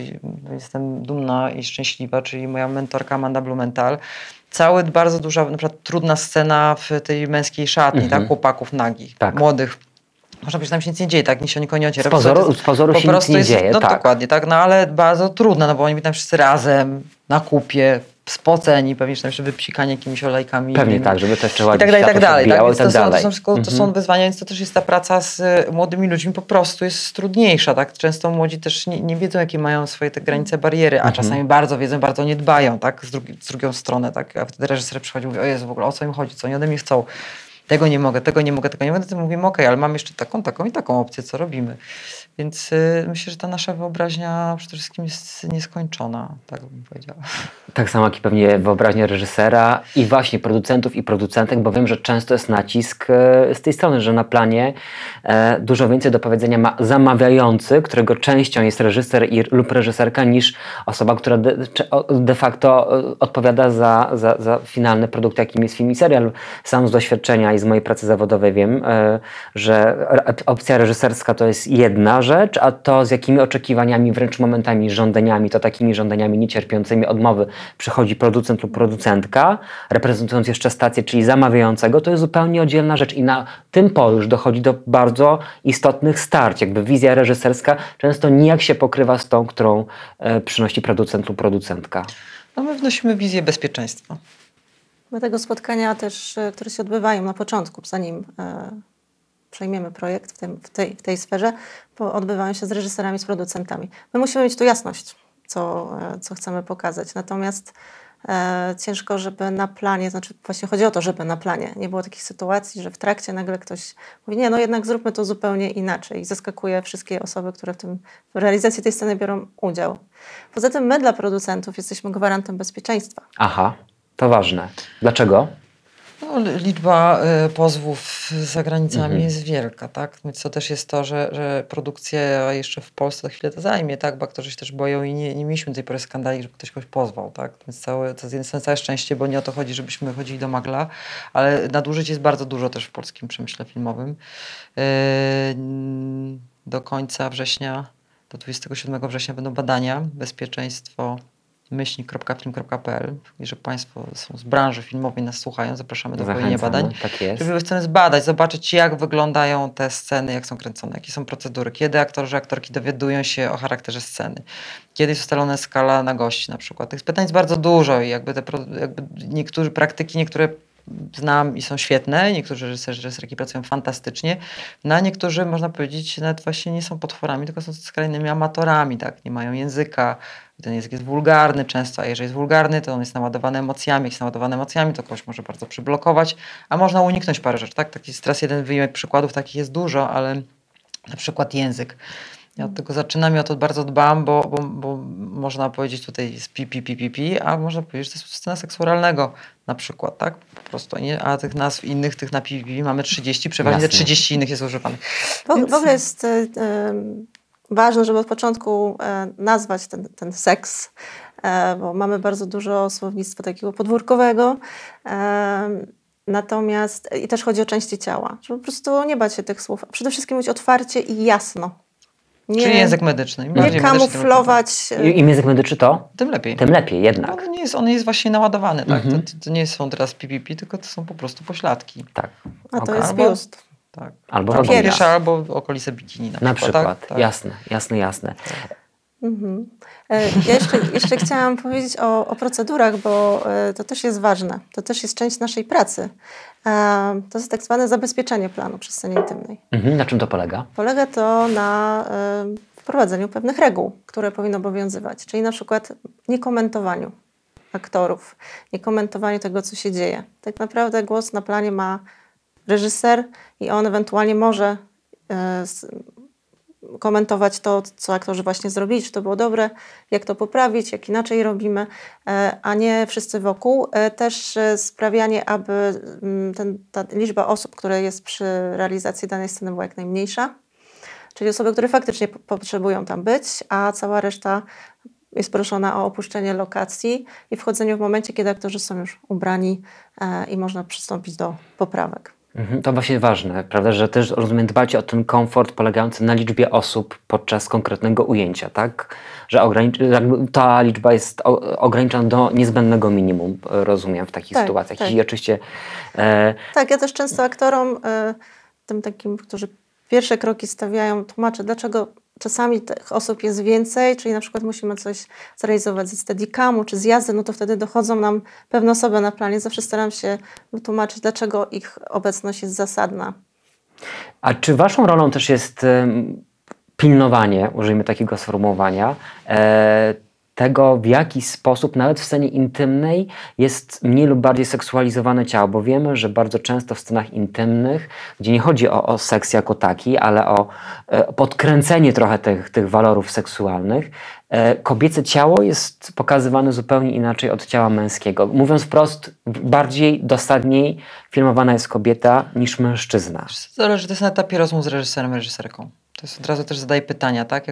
jestem dumna i szczęśliwa, czyli moja mentorka Amanda Blumenthal. Bardzo duża, na przykład trudna scena w tej męskiej szatni, tak? Chłopaków nagich, młodych. Można powiedzieć, że tam się nic nie dzieje, tak? Nic się nikogo nie ociera. Z pozoru się nic nie dzieje, no, tak. Dokładnie, tak? No ale bardzo trudno, no bo oni byli tam wszyscy razem, na kupie, spoceni, pewnie tam jeszcze wypsikani jakimiś olejkami. Pewnie tak, żeby to jeszcze ładnie i tak dalej. Tak? To są wyzwania, więc to też jest ta praca z młodymi ludźmi, po prostu jest trudniejsza, tak? Często młodzi też nie wiedzą, jakie mają swoje te granice, bariery, a czasami bardzo wiedzą, bardzo nie dbają, tak? Z drugią stronę, tak? A wtedy reżyser przychodzi i mówi, o Jezu, w ogóle o co im chodzi, co oni ode mnie chcą. Tego nie mogę. To mówimy, okej, ale mam jeszcze taką i taką opcję, co robimy. Więc myślę, że ta nasza wyobraźnia przede wszystkim jest nieskończona, tak bym powiedziała. Tak samo jak i pewnie wyobraźnia reżysera i właśnie producentów i producentek, bo wiem, że często jest nacisk z tej strony, że na planie dużo więcej do powiedzenia ma zamawiający, którego częścią jest reżyser lub reżyserka, niż osoba, która de facto odpowiada za finalny produkt, jakim jest film i serial. Sam z doświadczenia i z mojej pracy zawodowej wiem, że opcja reżyserska to jest jedna rzecz, a to z jakimi oczekiwaniami, wręcz momentami, żądaniami, to takimi żądaniami niecierpiącymi odmowy przychodzi producent lub producentka, reprezentując jeszcze stację, czyli zamawiającego, to jest zupełnie oddzielna rzecz i na tym polu już dochodzi do bardzo istotnych starć. Jakby wizja reżyserska często nijak się pokrywa z tą, którą przynosi producent lub producentka. No my wnosimy wizję bezpieczeństwa. Dlatego spotkania też, które się odbywają na początku, zanim przejmiemy projekt w tej sferze, odbywają się z reżyserami, z producentami. My musimy mieć tu jasność, co chcemy pokazać. Natomiast ciężko, żeby na planie, znaczy właśnie chodzi o to, żeby na planie nie było takich sytuacji, że w trakcie nagle ktoś mówi, nie, no jednak zróbmy to zupełnie inaczej i zaskakuje wszystkie osoby, które w realizacji tej sceny biorą udział. Poza tym my dla producentów jesteśmy gwarantem bezpieczeństwa. Aha, to ważne. Dlaczego? No, liczba pozwów za granicami jest wielka, tak? Co też jest to, że produkcja jeszcze w Polsce chwilę to zajmie, tak? Bo aktorzy się też boją i nie mieliśmy do tej pory skandali, żeby ktoś kogoś pozwał, tak? Więc to jest z jednej strony całe szczęście, bo nie o to chodzi, żebyśmy chodzili do magla, ale nadużyć jest bardzo dużo też w polskim przemyśle filmowym. Do końca września, do 27 września będą badania bezpieczeństwo myślnik.film.pl. Jeżeli Państwo są z branży filmowej, nas słuchają, zapraszamy do wypełnienia badań. Tak jest. Żeby chcemy zbadać, zobaczyć jak wyglądają te sceny, jak są kręcone, jakie są procedury, kiedy aktorzy, aktorki dowiadują się o charakterze sceny, kiedy jest ustalona skala na gości na przykład. Tych pytań jest bardzo dużo i jakby niektóre praktyki, niektóre znam i są świetne, niektórzy reżyserki pracują fantastycznie, a niektórzy, można powiedzieć, nawet właśnie nie są potworami, tylko są skrajnymi amatorami, tak, nie mają języka, ten język jest wulgarny często, a jeżeli jest wulgarny, to on jest naładowany emocjami, jak jest naładowany emocjami, to kogoś może bardzo przyblokować, a można uniknąć parę rzeczy, tak, taki stres jeden wyjątek przykładów, takich jest dużo, ale na przykład język. Ja od tego zaczynam i o to bardzo dbam, bo można powiedzieć tutaj jest pi, a można powiedzieć, że to jest scena seksu oralnego na przykład, tak? Po prostu, nie? A tych nazw innych, tych na pi mamy 30, przeważnie te 30 innych jest używanych. W ogóle jest ważne, żeby od początku nazwać ten seks, bo mamy bardzo dużo słownictwa takiego podwórkowego. Natomiast i też chodzi o części ciała, żeby po prostu nie bać się tych słów, a przede wszystkim mówić otwarcie i jasno. Czyli język medyczny. Nie kamuflować. Im język medyczny to? Tym lepiej. Tym lepiej jednak. On nie jest właśnie naładowany, tak? To nie są teraz pi, tylko to są po prostu pośladki. Tak. A to jest biust. Tak. Albo albo okolice bikini na przykład. Na przykład. Tak? Jasne. Tak. Ja jeszcze chciałam powiedzieć o procedurach, bo to też jest ważne. To też jest część naszej pracy. To jest tak zwane zabezpieczenie planu przy scenie intymnej. Na czym to polega? Polega to na wprowadzeniu pewnych reguł, które powinny obowiązywać. Czyli na przykład niekomentowaniu aktorów, niekomentowaniu tego, co się dzieje. Tak naprawdę głos na planie ma reżyser i on ewentualnie może komentować to, co aktorzy właśnie zrobili, czy to było dobre, jak to poprawić, jak inaczej robimy, a nie wszyscy wokół. Też sprawianie, aby ta liczba osób, która jest przy realizacji danej sceny była jak najmniejsza, czyli osoby, które faktycznie potrzebują tam być, a cała reszta jest proszona o opuszczenie lokacji i wchodzenie w momencie, kiedy aktorzy są już ubrani i można przystąpić do poprawek. To właśnie ważne, prawda, że też rozumiem dbać o ten komfort polegający na liczbie osób podczas konkretnego ujęcia, tak? Że ta liczba jest ograniczona do niezbędnego minimum, rozumiem, w takich sytuacjach. Tak. I oczywiście... Tak, ja też często aktorom, tym takim, którzy pierwsze kroki stawiają, tłumaczę, dlaczego czasami tych osób jest więcej, czyli na przykład musimy coś zrealizować ze steadicamu czy z jazdy, no to wtedy dochodzą nam pewne osoby na planie. Zawsze staram się wytłumaczyć, dlaczego ich obecność jest zasadna. A czy waszą rolą też jest pilnowanie, użyjmy takiego sformułowania, tego, w jaki sposób nawet w scenie intymnej jest mniej lub bardziej seksualizowane ciało, bo wiemy, że bardzo często w scenach intymnych, gdzie nie chodzi o seks jako taki, ale o podkręcenie trochę tych walorów seksualnych, kobiece ciało jest pokazywane zupełnie inaczej od ciała męskiego. Mówiąc wprost, bardziej dosadniej filmowana jest kobieta niż mężczyzna. Zależy, to jest na etapie rozmów z reżyserem, reżyserką. To jest od razu też zadaje pytania, tak?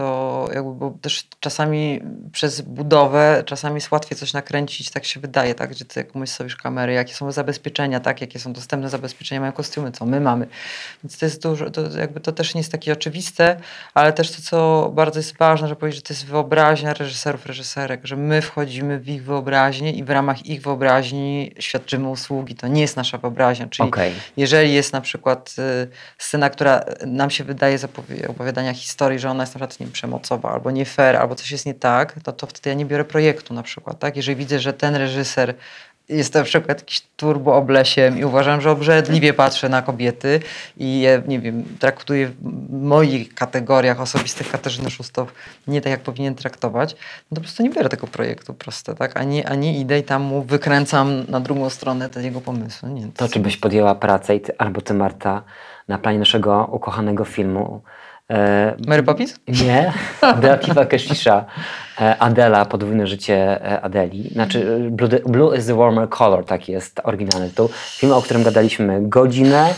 Bo też czasami przez budowę, czasami jest łatwiej coś nakręcić, tak się wydaje, tak? Gdzie ty jak umyślisz kamery, jakie są zabezpieczenia, tak? Jakie są dostępne zabezpieczenia, mają kostiumy, co my mamy. Więc to jest dużo, to też nie jest takie oczywiste, ale też to, co bardzo jest ważne, że powiedzieć, że to jest wyobraźnia reżyserów, reżyserek, że my wchodzimy w ich wyobraźnię i w ramach ich wyobraźni świadczymy usługi. To nie jest nasza wyobraźnia. Czyli jeżeli jest na przykład scena, która nam się wydaje opowiadania historii, że ona jest na przykład nie przemocowa, albo nie fair, albo coś jest nie tak, to wtedy ja nie biorę projektu na przykład, tak? Jeżeli widzę, że ten reżyser jest na przykład jakiś turbo oblesiem i uważam, że obrzydliwie patrzę na kobiety i je, nie wiem, traktuję w moich kategoriach osobistych Katarzyny Szustow nie tak, jak powinien traktować, no to po prostu nie biorę tego projektu proste, tak? Ani idę i tam mu wykręcam na drugą stronę te jego pomysły. Nie, to czy byś podjęła pracę albo ty, Marta, na planie naszego ukochanego filmu Mary Poppins? Nie, Beativa Keshisha, Adela, podwójne życie Adeli. Znaczy Blue is the warmer color, tak jest oryginalny tytuł. Film, o którym gadaliśmy godzinę,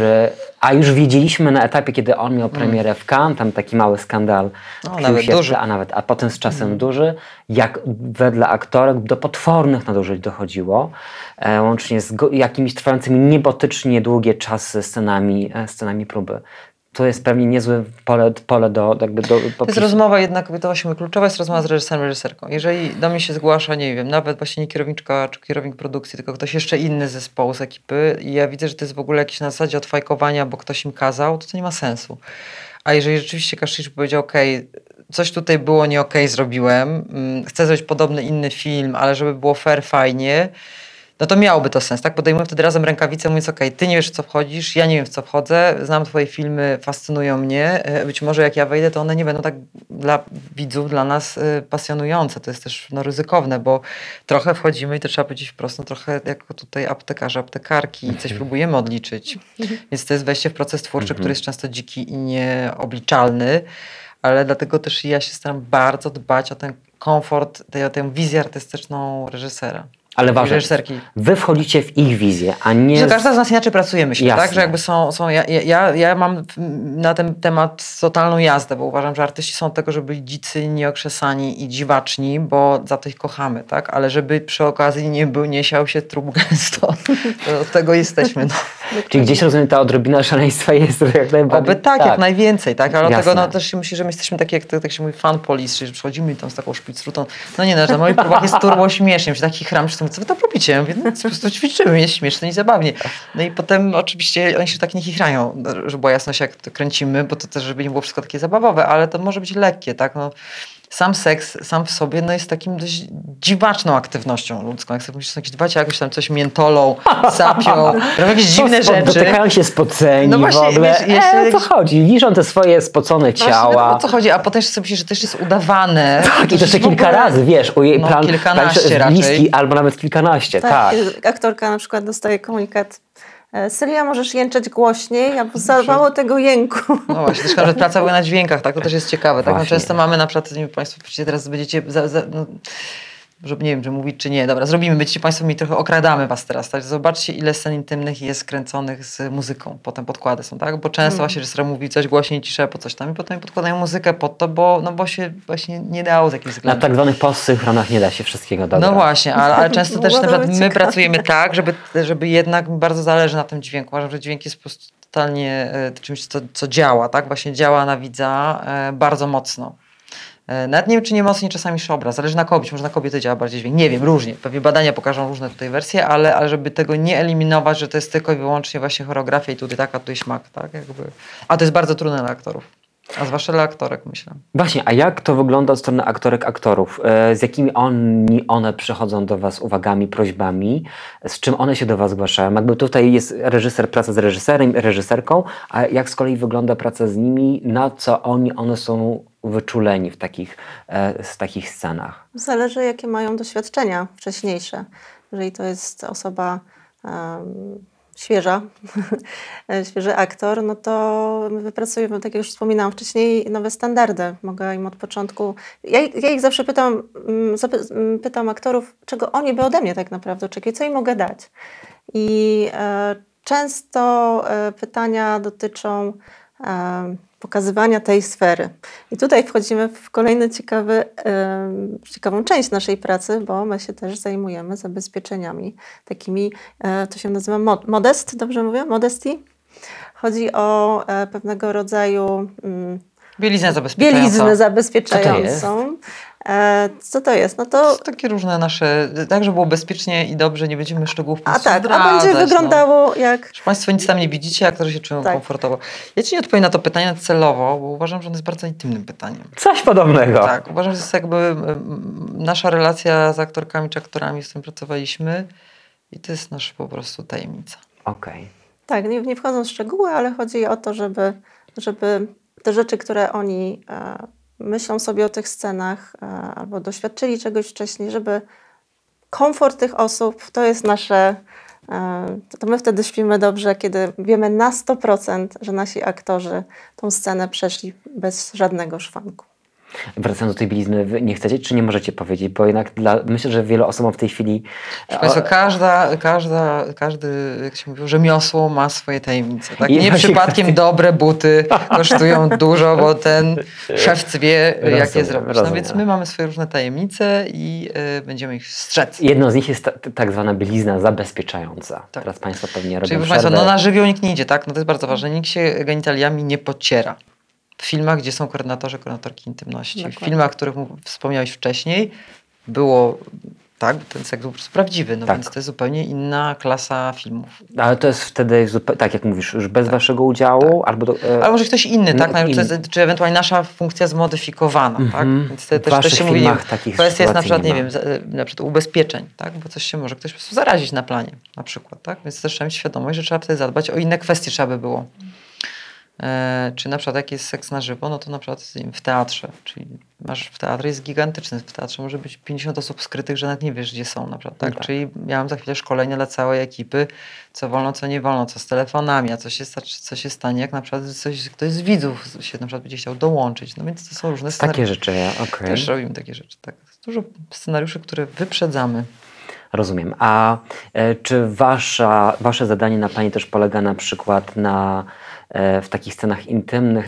a już wiedzieliśmy na etapie, kiedy on miał premierę w Cannes, tam taki mały skandal, nawet duży. A potem z czasem duży, jak wedle aktorek do potwornych nadużyć dochodziło, łącznie z jakimiś trwającymi niebotycznie długie czasy scenami próby. To jest pewnie niezłe pole do To jest rozmowa jednak, to właśnie kluczowa jest rozmowa z reżyserem, reżyserką. Jeżeli do mnie się zgłasza, nie wiem, nawet właśnie nie kierowniczka czy kierownik produkcji, tylko ktoś jeszcze inny z zespołu, z ekipy i ja widzę, że to jest w ogóle jakieś na zasadzie odfajkowania, bo ktoś im kazał, to nie ma sensu. A jeżeli rzeczywiście Kashish powiedział, coś tutaj było nie zrobiłem, chcę zrobić podobny inny film, ale żeby było fair, fajnie, no to miałoby to sens, tak? Podejmuję wtedy razem rękawice, mówiąc, ty nie wiesz, w co wchodzisz, ja nie wiem, w co wchodzę, znam twoje filmy, fascynują mnie, być może jak ja wejdę, to one nie będą tak dla widzów, dla nas pasjonujące. To jest też ryzykowne, bo trochę wchodzimy i to trzeba powiedzieć wprost, trochę jako tutaj aptekarze, aptekarki i coś próbujemy odliczyć. Więc to jest wejście w proces twórczy, który jest często dziki i nieobliczalny, ale dlatego też ja się staram bardzo dbać o ten komfort, tę wizję artystyczną reżysera. Ale ważne, wy wchodzicie w ich wizję, a nie... Że każda z nas inaczej pracuje, myślę, tak? Że jakby ja mam na ten temat totalną jazdę, bo uważam, że artyści są od tego, żeby byli dzicy, nieokrzesani i dziwaczni, bo za to ich kochamy, tak? Ale żeby przy okazji nie siał się trup gęsto, to od tego jesteśmy. No. Czyli gdzieś rozumiem, ta odrobina szaleństwa jest jak najbardziej... Oby tak, jak najwięcej, tak? Ale od tego też się myśli, że my jesteśmy taki, jak tak się mówi, fan police, czyli że przychodzimy tam z taką szpicrutą. No nie, na moich próbach jest turbo śmiesznie, mi się taki chram, co wy tam robicie? Ja mówię, po prostu ćwiczymy, jest śmieszne i zabawnie. No i potem oczywiście oni się tak nie chichrają, żeby była jasność, jak to kręcimy, bo to też, żeby nie było wszystko takie zabawowe, ale to może być lekkie, tak? No, sam seks, sam w sobie, no jest takim dość dziwaczną aktywnością ludzką. Jak sobie myślisz, jakieś dwa ciała, jakoś tam coś miętolą, sapią, robią jakieś dziwne rzeczy. Dotykają się spoceni No właśnie, w ogóle. wiesz, O co chodzi? Liżą te swoje spocone Właśnie, ciała. o co chodzi? A potem jeszcze sobie myślisz, że to jeszcze jest udawane. Tak, i to jeszcze w ogóle- kilka razy, wiesz, No, kilkanaście raczej. bliski, albo nawet kilkanaście, tak. Aktorka na przykład dostaje komunikat: Sylia, możesz jęczeć głośniej, a za mało tego jęku. No właśnie, też nawet praca była na dźwiękach, tak? To też jest ciekawe. Tak? No, Właśnie. często mamy na przykład, nie wiem, Państwo teraz będziecie, no, żeby nie wiem, czy mówić, czy nie. Dobra, zrobimy, będziecie Państwo mi trochę okradamy Was teraz. Tak? Zobaczcie, ile scen intymnych jest kręconych z muzyką. Potem podkłady są, tak? Bo często właśnie reżyser mówi coś głośniej, ciszej, po coś tam i potem podkładają muzykę pod to, bo się właśnie nie dało z jakichś Na względów. tak zwanych postsynchronach nie da się wszystkiego dobrać. No właśnie, ale często też na Mogłoby przykład być my ciekawe. pracujemy tak, żeby jednak bardzo zależy na tym dźwięku. Uważam, że dźwięk jest po prostu totalnie czymś, co działa, tak? Właśnie działa na widza bardzo mocno. Nawet nie wiem, czy nie mocniej czasami niż obraz. Zależy na kobiecie, może na kobiety działa bardziej dźwięk. Nie wiem, różnie. Pewnie badania pokażą różne tutaj wersje, ale żeby tego nie eliminować, że to jest tylko i wyłącznie właśnie choreografia i tutaj tak, a tutaj śmak, tak? Jakby. A to jest bardzo trudne dla aktorów. A zwłaszcza dla aktorek, myślę. Właśnie, a jak to wygląda od strony aktorek, aktorów? Z jakimi one przychodzą do Was uwagami, prośbami? Z czym one się do Was zgłaszają? Jakby tutaj jest reżyser, praca z reżyserem, reżyserką, a jak z kolei wygląda praca z nimi? Na co one są wyczuleni w takich scenach? Zależy, jakie mają doświadczenia wcześniejsze. Jeżeli to jest osoba świeża, świeży aktor, no to my wypracujemy, tak jak już wspominałam wcześniej, nowe standardy. Mogę im od początku... Ja ich zawsze pytam aktorów, czego oni by ode mnie tak naprawdę oczekują, co im mogę dać. I często pytania dotyczą pokazywania tej sfery. I tutaj wchodzimy w kolejną ciekawą część naszej pracy, bo my się też zajmujemy zabezpieczeniami takimi, to się nazywa modest, dobrze mówię? Modesty? Chodzi o pewnego rodzaju Bieliznę zabezpieczającą. bieliznę zabezpieczającą. Co to jest? No to... To takie różne nasze, tak, żeby było bezpiecznie i dobrze, nie będziemy szczegółów A tak, zdradzać, a będzie wyglądało jak... Że Państwo nic tam nie widzicie, aktorzy się czują Tak. komfortowo. Ja Ci nie odpowiem na to pytanie celowo, bo uważam, że ono jest bardzo intymnym pytaniem. Coś podobnego. Tak, uważam, że to jest jakby nasza relacja z aktorkami czy aktorami, z którymi pracowaliśmy i to jest nasza po prostu tajemnica. Okej. Tak, nie wchodzą w szczegóły, ale chodzi o to, żeby te rzeczy, które oni myślą sobie o tych scenach albo doświadczyli czegoś wcześniej, żeby komfort tych osób to jest nasze... To my wtedy śpimy dobrze, kiedy wiemy na 100%, że nasi aktorzy tą scenę przeszli bez żadnego szwanku. Wracając do tej bielizny, wy nie chcecie, czy nie możecie powiedzieć? Bo jednak myślę, że wielu osobom w tej chwili... Proszę Państwa, każdy, jak się mówi, rzemiosło ma swoje tajemnice. Tak? I Nie właśnie- przypadkiem dobre buty kosztują dużo, bo ten szewc wie, jak je Rozumiem, zrobić. No rozumiem. więc my mamy swoje różne tajemnice i będziemy ich strzec. Jedną z nich jest tak zwana bielizna zabezpieczająca. Tak. Teraz Państwo pewnie robią Czyli proszę przerwę. Państwa, no na żywioł nikt nie idzie, tak? No to jest bardzo ważne. Nikt się genitaliami nie pociera. W filmach, gdzie są koordynatorki intymności. Dokładnie. W filmach, o których wspomniałeś wcześniej, było tak, ten seks był po prostu prawdziwy, no Tak. więc to jest zupełnie inna klasa filmów. Ale to jest wtedy, tak jak mówisz, już bez Waszego udziału, albo... Ale może ktoś inny, tak? No, Czy ewentualnie nasza funkcja zmodyfikowana, tak? Więc W waszych też się mówi, filmach takich kwestia jest na sytuacji przykład, nie nie ma. wiem, na przykład ubezpieczeń, tak? Bo coś się może ktoś po prostu zarazić na planie, na przykład, tak? Więc też trzeba mieć świadomość, że trzeba wtedy zadbać o inne kwestie, trzeba by było. Czy na przykład jak jest seks na żywo, no to na przykład nie wiem, w teatrze, czyli w teatrze jest gigantyczny, w teatrze może być 50 osób skrytych, że nawet nie wiesz, gdzie są na przykład, tak? Tak. Czyli miałem za chwilę szkolenie dla całej ekipy, co wolno, co nie wolno, co z telefonami, a co się stanie, jak na przykład ktoś z widzów się na przykład będzie chciał dołączyć, no więc to są różne Takie rzeczy, okej. Też robimy takie rzeczy, tak. Dużo scenariuszy, które wyprzedzamy. Rozumiem. A czy wasze zadanie na planie też polega na przykład w takich scenach intymnych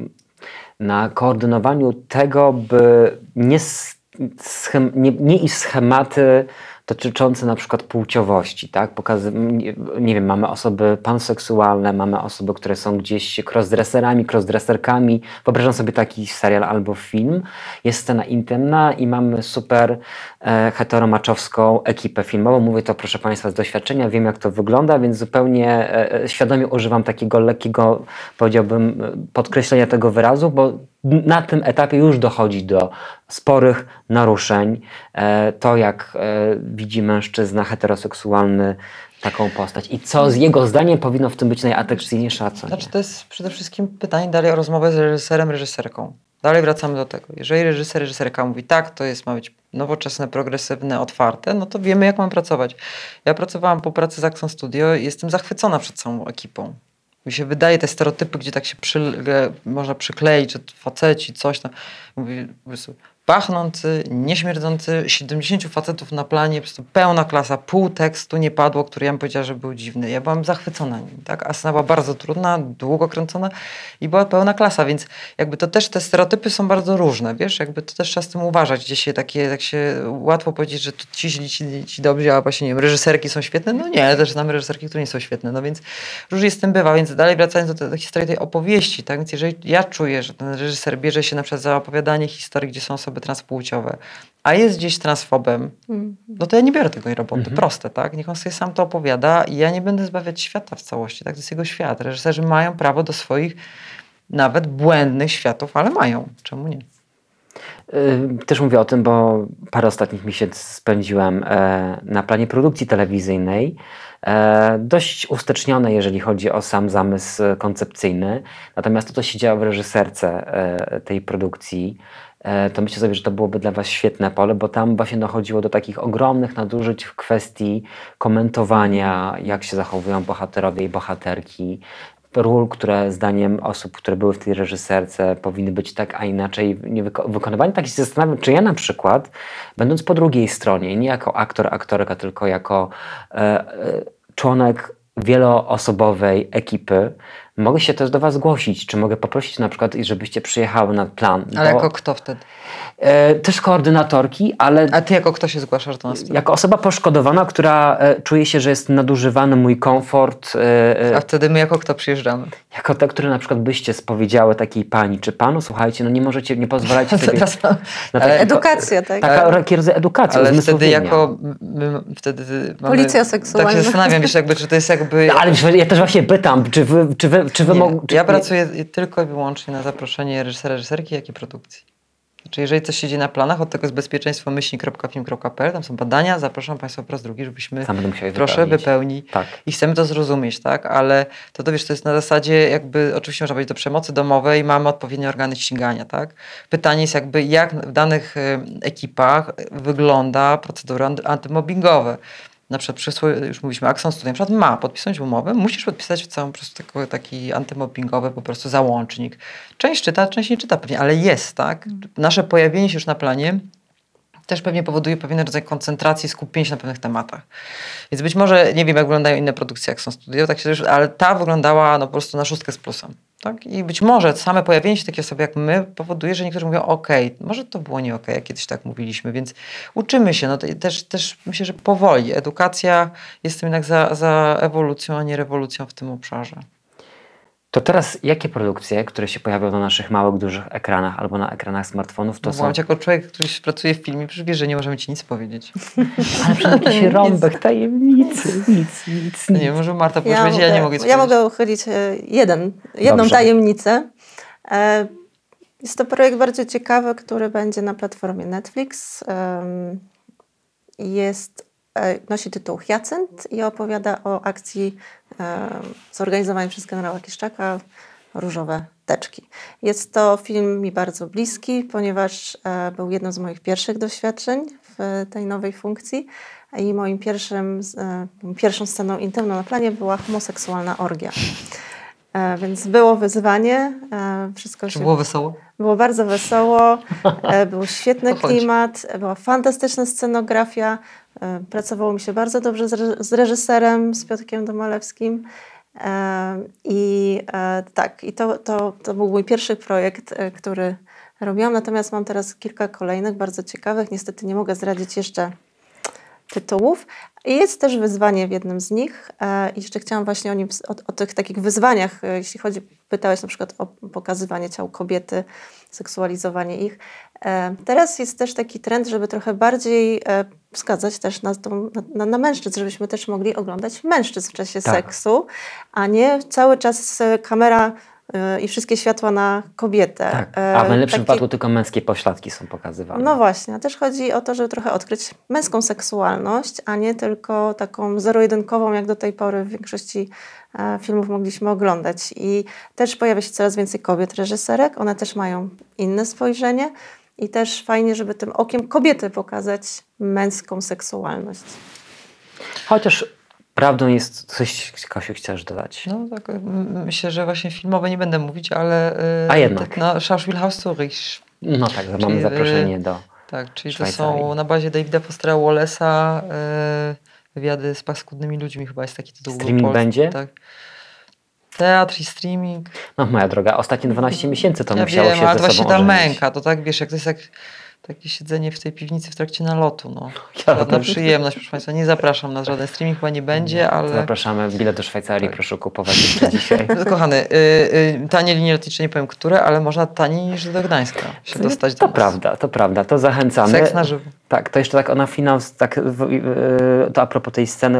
na koordynowaniu tego, by nie iść schematy dotyczące na przykład płciowości, tak? Nie wiem, mamy osoby panseksualne, mamy osoby, które są gdzieś crossdresserami, crossdresserkami. Wyobrażam sobie taki serial albo film. Jest scena intymna i mamy super heteromaczowską ekipę filmową. Mówię to, proszę Państwa, z doświadczenia, wiem jak to wygląda, więc zupełnie świadomie używam takiego lekkiego, powiedziałbym, podkreślenia tego wyrazu, bo na tym etapie już dochodzi do sporych naruszeń. To, jak widzi mężczyzna heteroseksualny taką postać i co z jego zdaniem powinno w tym być najatrakcyjniejsze, a co nie. Znaczy to jest przede wszystkim pytanie dalej o rozmowę z reżyserem, reżyserką. Dalej wracamy do tego. Jeżeli reżyser, reżyserka mówi tak, to ma być nowoczesne, progresywne, otwarte, no to wiemy jak mam pracować. Ja pracowałam po pracy z Axon Studio i jestem zachwycona przed całą ekipą. Mi się wydaje te stereotypy, gdzie tak się można przykleić, że faceci, coś tam. Mówię, pachnący, nieśmierdzący, 70 facetów na planie, po prostu pełna klasa, pół tekstu nie padło, który ja bym powiedziała, że był dziwny. Ja byłam zachwycona nim, tak? A scena była bardzo trudna, długo kręcona i była pełna klasa, więc jakby to też te stereotypy są bardzo różne, wiesz? Jakby to też trzeba z tym uważać, gdzie się tak się łatwo powiedzieć, że tu ci źli, ci dobrzy, a właśnie nie wiem, reżyserki są świetne. No nie, też znamy reżyserki, które nie są świetne, no więc różnie z tym bywa, więc dalej wracając do historii tej opowieści, tak? Więc jeżeli ja czuję, że ten reżyser bierze się na przykład za opowiadanie historii, gdzie są osoby transpłciowe, a jest gdzieś transfobem, no to ja nie biorę tego roboty. Proste, tak? Niech on sobie sam to opowiada i ja nie będę zbawiać świata w całości, tak? To jest jego świat. Reżyserzy mają prawo do swoich nawet błędnych światów, ale mają. Czemu nie? Też mówię o tym, bo parę ostatnich miesięcy spędziłem na planie produkcji telewizyjnej. Dość ustecznione, jeżeli chodzi o sam zamysł koncepcyjny. Natomiast to, co się działo w reżyserce tej produkcji, to myślę sobie, że to byłoby dla Was świetne pole, bo tam właśnie dochodziło do takich ogromnych nadużyć w kwestii komentowania, jak się zachowują bohaterowie i bohaterki, ról, które zdaniem osób, które były w tej reżyserce, powinny być tak, a inaczej wykonywane. Tak się zastanawiam, czy ja na przykład, będąc po drugiej stronie, nie jako aktor, aktorka, tylko jako członek wieloosobowej ekipy, mogę się też do Was zgłosić. Czy mogę poprosić na przykład, żebyście przyjechały na plan? Ale jako kto wtedy? Też koordynatorki, ale... A ty jako kto się zgłaszasz do nas? Jako osoba poszkodowana, która czuje się, że jest nadużywany mój komfort. A wtedy my jako kto przyjeżdżamy? Jako te, które na przykład byście spowiedziały takiej pani czy panu, słuchajcie, no nie możecie, nie pozwalajcie sobie... Edukacja, tak? Taki rodzaj edukacji, ale wtedy uzmysłowienia. jako... wtedy mamy, Policja seksualna. Tak się zastanawiam, wiesz, jakby, czy to jest jakby... Ale ja też właśnie pytam, czy wy Ja pracuję tylko i wyłącznie na zaproszenie reżysera, reżyserki, jak i produkcji. Znaczy, jeżeli coś się dzieje na planach, od tego jest bezpieczeństwo-film.pl, tam są badania, zapraszam Państwa po raz drugi, żebyśmy, Sam będę musiał je proszę, wypełnij. Tak. I chcemy to zrozumieć, tak? Ale to wiesz, to jest na zasadzie jakby, oczywiście można powiedzieć do przemocy domowej, mamy odpowiednie organy ścigania, tak? Pytanie jest jakby, jak w danych ekipach wygląda procedura antymobbingowe. Na przykład już mówiliśmy, Axon Studio na przykład ma podpisać umowę, musisz podpisać całą po prostu taki antymobbingowy po prostu załącznik. Część czyta, część nie czyta pewnie, ale jest, tak? Nasze pojawienie się już na planie też pewnie powoduje pewien rodzaj koncentracji, skupienia się na pewnych tematach. Więc być może, nie wiem jak wyglądają inne produkcje Axon Studio, tak się też, ale ta wyglądała no po prostu na 6 z plusem. Tak? I być może same pojawienie się takiej osoby jak my powoduje, że niektórzy mówią okej, może to było nie okej, jak kiedyś tak mówiliśmy, więc uczymy się. No to też myślę, że powoli. Edukacja jest jednak za ewolucją, a nie rewolucją w tym obszarze. To teraz jakie produkcje, które się pojawią na naszych małych, dużych ekranach albo na ekranach smartfonów, to są... Jako człowiek, który pracuje w filmie, przecież wiesz, że nie możemy Ci nic powiedzieć. Ale przynajmniej jakiś rąbek tajemnicy, nic. Nie, może Marta powiedzieć, ja nie mogę nic Ja powiedzieć. mogę uchylić jedną Dobrze. tajemnicę. Jest to projekt bardzo ciekawy, który będzie na platformie Netflix. Nosi tytuł Hyacynt i opowiada o akcji zorganizowanej przez generała Kiszczaka Różowe Teczki. Jest to film mi bardzo bliski, ponieważ był jedną z moich pierwszych doświadczeń w tej nowej funkcji i moim pierwszą sceną intymną na planie była homoseksualna orgia. Więc było wyzwanie. Czy było wesoło? Było bardzo wesoło, był świetny klimat, była fantastyczna scenografia. Pracowało mi się bardzo dobrze z reżyserem, z Piotrkiem Domalewskim. I to był mój pierwszy projekt, który robiłam. Natomiast mam teraz kilka kolejnych, bardzo ciekawych. Niestety nie mogę zdradzić jeszcze tytułów. I jest też wyzwanie w jednym z nich. I jeszcze chciałam właśnie o tych takich wyzwaniach, jeśli chodzi, pytałeś na przykład o pokazywanie ciał kobiety, seksualizowanie ich. Teraz jest też taki trend, żeby trochę bardziej wskazać też na mężczyzn, żebyśmy też mogli oglądać mężczyzn w czasie seksu, a nie cały czas kamera i wszystkie światła na kobietę. Tak. A w najlepszym wypadku tylko męskie pośladki są pokazywane. No właśnie, a też chodzi o to, żeby trochę odkryć męską seksualność, a nie tylko taką zero-jedynkową, jak do tej pory w większości filmów mogliśmy oglądać. I też pojawia się coraz więcej kobiet reżyserek, one też mają inne spojrzenie i też fajnie, żeby tym okiem kobiety pokazać męską seksualność. Chociaż prawdą jest, coś Kasiu chciałeś dodać. No tak, myślę, że właśnie filmowe nie będę mówić, ale... A jednak. Tak, no, Schauspielhaus Zurich. No tak, mamy zaproszenie do Tak, czyli Szwajcarii. to są na bazie Davida Fostera Wallace'a wywiady z paskudnymi ludźmi, chyba jest taki tytuł. Streaming będzie? Tak. Teatr i streaming. No moja droga, ostatnie 12 miesięcy to musiało wiem, się ale ze to właśnie sobą ta ożenić. męka, to tak wiesz, jak to jest jak takie siedzenie w tej piwnicy w trakcie nalotu. No. Ja Żadna przyjemność, proszę Państwa, nie zapraszam na żaden streaming, chyba nie będzie, ale... Zapraszamy, bilet do Szwajcarii, proszę kupować jeszcze dzisiaj. Kochany, tanie linie lotnicze, nie powiem które, ale można taniej niż do Gdańska się dostać do To nas. prawda, to prawda, to zachęcamy. Seks na żywo. Tak, to jeszcze tak na finał, tak, to a propos tej sceny,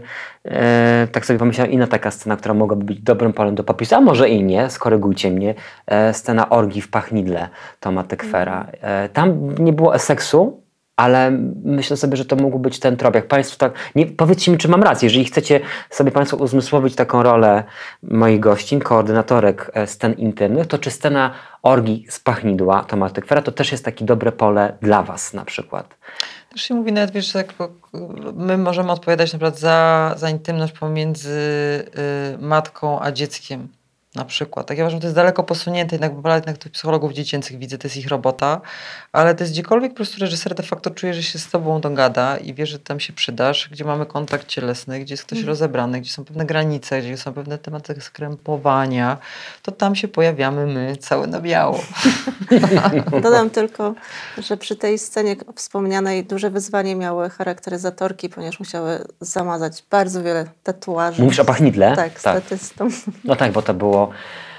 tak sobie pomyślałem, inna taka scena, która mogłaby być dobrym polem do popisu, a może i nie, skorygujcie mnie, scena orgii w Pachnidle Toma Tykwer'a. Tam nie było seksu, ale myślę sobie, że to mógł być ten trop. Jak Państwo tak, nie, powiedzcie mi, czy mam rację, jeżeli chcecie sobie Państwo uzmysłowić taką rolę moich gościń, koordynatorek scen intymnych, to czy scena orgii z Pachnidła Toma Tykwer'a to też jest takie dobre pole dla Was na przykład? Też się mówi nawet, wiesz, jak my możemy odpowiadać na przykład za intymność pomiędzy matką a dzieckiem. Na przykład. Tak ja uważam, że to jest daleko posunięte, jednak tych psychologów dziecięcych widzę, to jest ich robota, ale to jest gdziekolwiek po prostu reżyser de facto czuje, że się z tobą dogada i wie, że tam się przydasz, gdzie mamy kontakt cielesny, gdzie jest ktoś rozebrany, gdzie są pewne granice, gdzie są pewne tematy skrępowania, to tam się pojawiamy my, całe na biało. Dodam tylko, że przy tej scenie wspomnianej duże wyzwanie miały charakteryzatorki, ponieważ musiały zamazać bardzo wiele tatuaży. Mówisz o Pachnidle? Tak, statystą. No tak, bo to było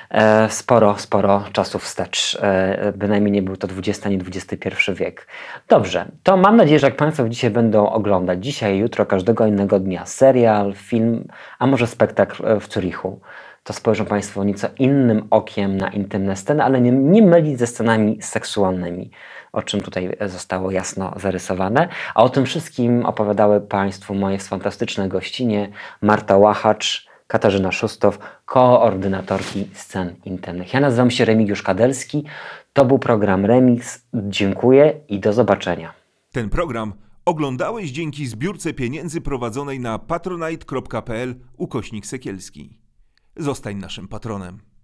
sporo czasu wstecz. Bynajmniej nie był to XX ani XXI wiek. Dobrze, to mam nadzieję, że jak Państwo dzisiaj będą oglądać dzisiaj, jutro, każdego innego dnia serial, film, a może spektakl w Zurichu, to spojrzą Państwo nieco innym okiem na intymne sceny, ale nie mylić ze scenami seksualnymi, o czym tutaj zostało jasno zarysowane. A o tym wszystkim opowiadały Państwu moje fantastyczne gościnie Marta Łachacz, Katarzyna Szustow, koordynatorki scen intymnych. Ja nazywam się Remigiusz Kadelski. To był program Remix. Dziękuję i do zobaczenia. Ten program oglądałeś dzięki zbiórce pieniędzy prowadzonej na patronite.pl/Sekielski. Zostań naszym patronem.